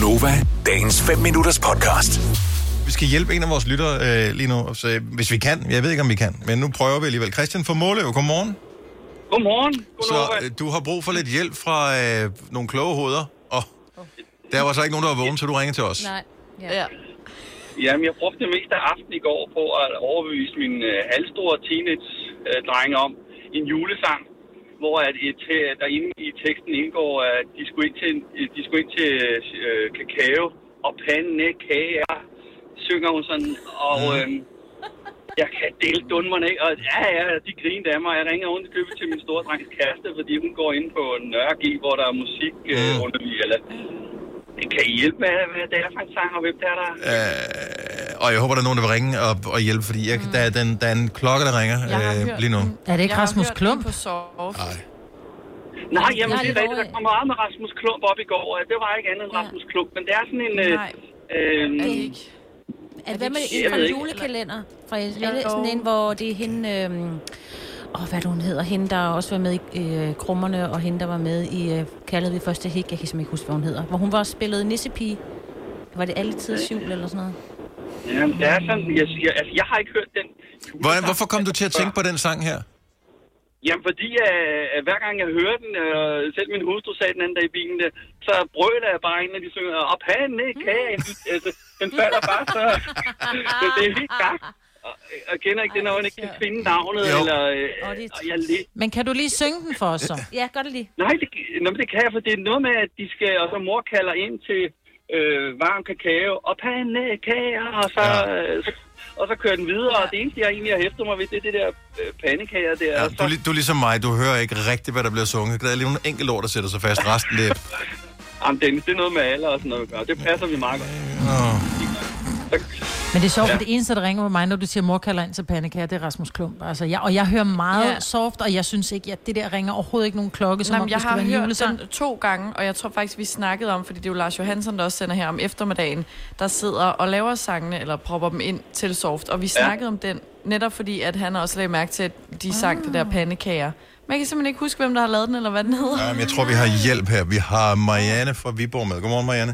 Gonova, dagens 5 minutters podcast. Vi skal hjælpe en af vores lyttere lige nu, så, hvis vi kan. Jeg ved ikke, om vi kan, men nu prøver vi alligevel. Christian fra Måløv, godmorgen. Godmorgen. Så du har brug for lidt hjælp fra nogle kloge hoveder, og der var så ikke nogen, der var vågen, så du ringer til os. Nej. Ja. Jamen, jeg brugte det meste af aften i går på at overbevise min halvstore teenage-drenge om en julesang, hvor der inde i teksten indgår, at de skulle ind til kakao og pandekager, synger hun sådan, og jeg kan dele dunmerne af, og ja, de griner af mig. Jeg ringer rundt i købet til min store drengs kæreste, fordi hun går ind på Nørre, hvor der er musik underlig, eller... Kan I hjælpe med, hvad det er for en sang, og hvem det er der? Og jeg håber, der er nogen, der vil ringe og hjælpe, fordi der er en klokke, der ringer lige nu. Er det ikke Rasmus Klump? Nej, jamen det er rigtigt. Der kom meget med Rasmus Klump op i går, og det var ikke andet end Rasmus Klump, men det er sådan en... Hvad med en fra julekalender? Fra sådan en, hvor det er hende... hvad hun hedder, hende der også var med i Krummerne, og hende der var med i Kaldet vi første hik, jeg kan simpelthen ikke huske, hvad hun hedder. Hvor hun var spillet nissepige. Var det Altid jul eller sådan noget? Jamen, det er sådan, jeg har ikke hørt den. Hvorfor kom du til at tænke på den sang her? Jamen, fordi hver gang jeg hører den, selv min hustru sagde den anden dag i bilen, så brøler jeg bare ind, når de synger, og pandekage, den falder bare så. Det er helt gang. Og kender ikke det, når man ikke kan finde navnet, eller... Men kan du lige synge den for os så? Ja, gør det lige. Nej, det kan jeg, for det er noget med, at de skal... Og så mor kalder ind til varm kakao og pandekager, og så kører den videre, og det eneste, jeg egentlig har hæftet mig ved, det er det der pandekager der. Ja, du er ligesom mig, du hører ikke rigtigt, hvad der bliver sunget. Der er lige nogle enkelte ord, der sætter sig fast. Resten det... Jamen, det er noget med alder og sådan noget, og det passer vi meget godt. Men det er sjovt, for det eneste, der ringer på mig, når du siger, mor kalder ind til pandekager, det er Rasmus Klump. Altså, jeg hører meget soft, og jeg synes ikke, at det der ringer overhovedet ikke nogen klokke, som om det skulle være en julesang. Jeg har hørt den 2 gange, og jeg tror faktisk, vi snakkede om, fordi det er jo Lars Johansson, der også sender her om eftermiddagen, der sidder og laver sangene, eller propper dem ind til soft. Og vi snakkede om den, netop fordi, at han også lagde mærke til, at de sang det der pandekager. Men jeg kan simpelthen ikke huske, hvem der har lavet den, eller hvad den hedder. Jamen, jeg tror, vi har hjælp her. Vi har Marianne fra Viborg med. Godmorgen, Marianne.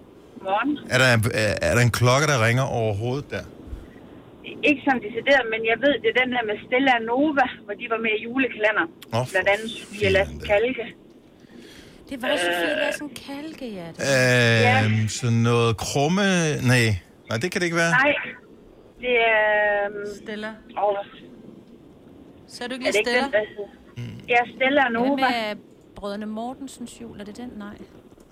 Er der en klokke, der ringer overhovedet der? Ikke som decideret, men jeg ved, det er den der med Stella Nova, hvor de var med i julekalender. Blandt andet Sofie Lassen Kalke. Det var Sofie Lassen Kalke, ja. Sådan noget krumme... Nej, det kan det ikke være. Nej, det er... Stella. Så er du ikke lige Stella? Ja, Stella Nova. Hvad med Brødrene Mortensens jul? Er det den? Nej.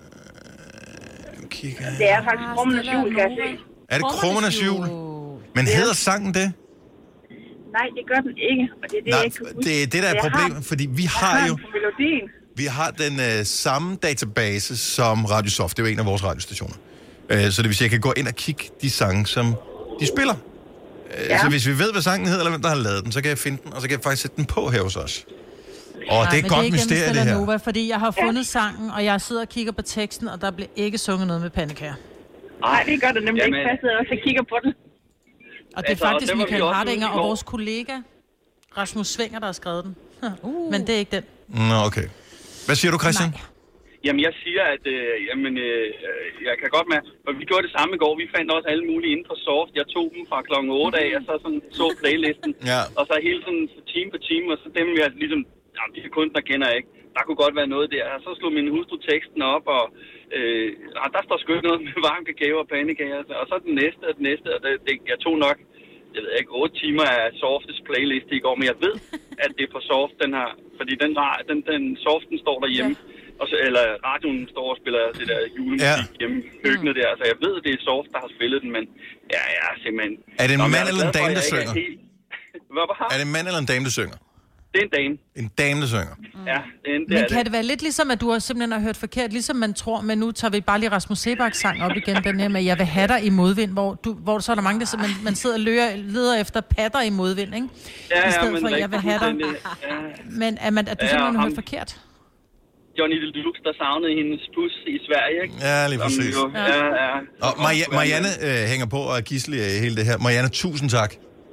Det er faktisk Krummernes jul, kan jeg se. Er det Krummernes jul? Men hedder sangen det? Nej, det gør den ikke, og det er det, jeg ikke kan huske. Det er det, der er problemet, fordi vi har den samme database som Radiosoft. Det er jo en af vores radiostationer. Så det vil sige, at jeg kan gå ind og kigge de sange, som de spiller. Så hvis vi ved, hvad sangen hedder, eller hvem der har lavet den, så kan jeg finde den, og så kan jeg faktisk sætte den på her hos os. Og det er et godt mysterie, det her. Nova, fordi jeg har fundet sangen, og jeg sidder og kigger på teksten, og der bliver ikke sunget noget med pandekager. Nej, det gør det nemlig ikke. Jeg også og kigger på den. Og det er faktisk Michael Hardinger og vores kollega, Rasmus Svinger, der har skrevet den. Men det er ikke den. Nå, okay. Hvad siger du, Christian? Nej. Jamen, jeg siger, at jeg kan godt med, for vi gjorde det samme i går. Vi fandt også alle mulige inden for soft. Jeg tog dem fra klokken 8 af, og så så playlisten. Ja. Og så hele sådan time på time, og så dem jeg ligesom, jamen, de kunstnere kender jeg ikke. Der kunne godt være noget der. Og så slog min hustru teksten op, og der står sgu noget med varm kakao og pandekager. Og så den næste, og jeg tog nok, jeg ved ikke, 8 timer af Softes playliste i går, men jeg ved, at det er på Soft, den her, fordi den Soften står derhjemme. Ja. Og så, eller radioen står og spiller det der julemusik hjemme i køkkenet der. Altså, jeg ved, det er Soft, der har spillet den, men ja, simpelthen... Er det en mand eller en dame, der synger? Er det en mand eller en dame, der synger? Det er en dame. En dame, der synger? Ja, men kan det være lidt ligesom, at du simpelthen har hørt forkert, ligesom man tror, men nu tager vi bare lige Rasmus Sebaks sang op igen, den her med, jeg vil have dig i modvind, hvor så er der mange, der man sidder og leder efter patter i modvind, ikke? Ja, i stedet for, jeg vil have dig. Men er du simpelthen har hørt forkert? Johnny Deluxe, der savnede hendes pus i Sverige, ikke? Ja, lige præcis. Ja. Og Marianne hænger på og er gidselig af hele det her. Marianne, tusind tak.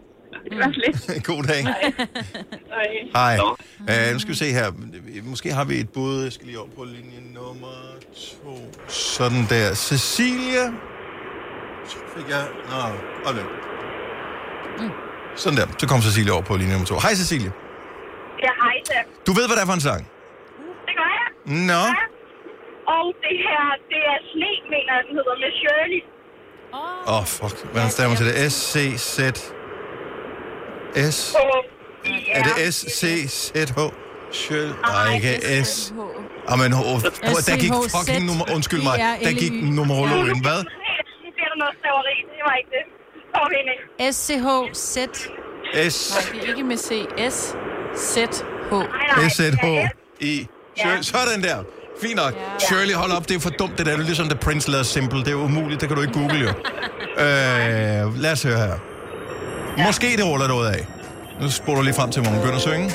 Det var lidt. God dag. Hej. Nu skal vi se her. Måske har vi et bud. Jeg skal lige over på linje nummer 2. Sådan der. Cecilia. Så fik jeg... Sådan der. Så kom Cecilia over på linje nummer 2. Hej, Cecilia. Ja, hej, Sam. Du ved, hvad det er for en sang? Det gør jeg. Nå. Ja. Og det her, det er Sne, mener jeg, den hedder, med Shirley. Fuck. Hvordan stemmer til det? S-C-Z... S... Er det S-C-Z-H? Nej, ikke S. Jamen, der gik fucking nummer... Undskyld mig. Der gik numerologen. Hvad? Det er der noget staveri. Det var ikke det. S-C-H-Z... S... Nej, det er ikke med C. S-Z-H. S-Z-H-I... Sådan der. Fint nok. Shirley, hold op. Det er for dumt, det der. Det er ligesom The Prince lavede Simple. Det er umuligt. Det kan du ikke google, jo. Lad os høre her. Måske det ruller noget af. Nu spoler du lige frem til, hvor hun begynder at synge.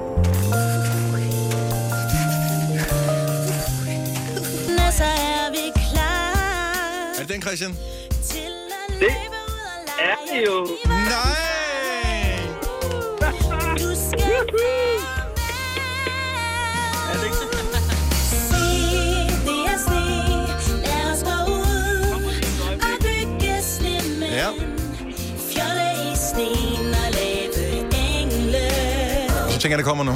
Er det den, Christian? Det er det jo. Nej! Ja. Så tænker jeg, det kommer nu.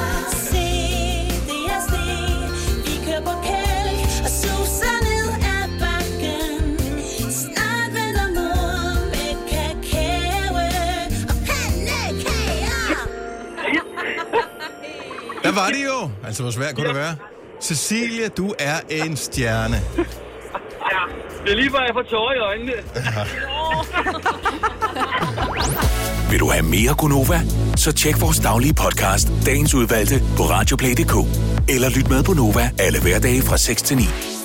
Der var det jo. Altså, hvor svært kunne det være? Cecilia, du er en stjerne. Ja, det er lige før jeg får tårer i øjnene. Vil du have mere Gunova? Så tjek vores daglige podcast, dagens udvalgte, på radioplay.dk. Eller lyt med på Nova alle hverdage fra 6 til 9.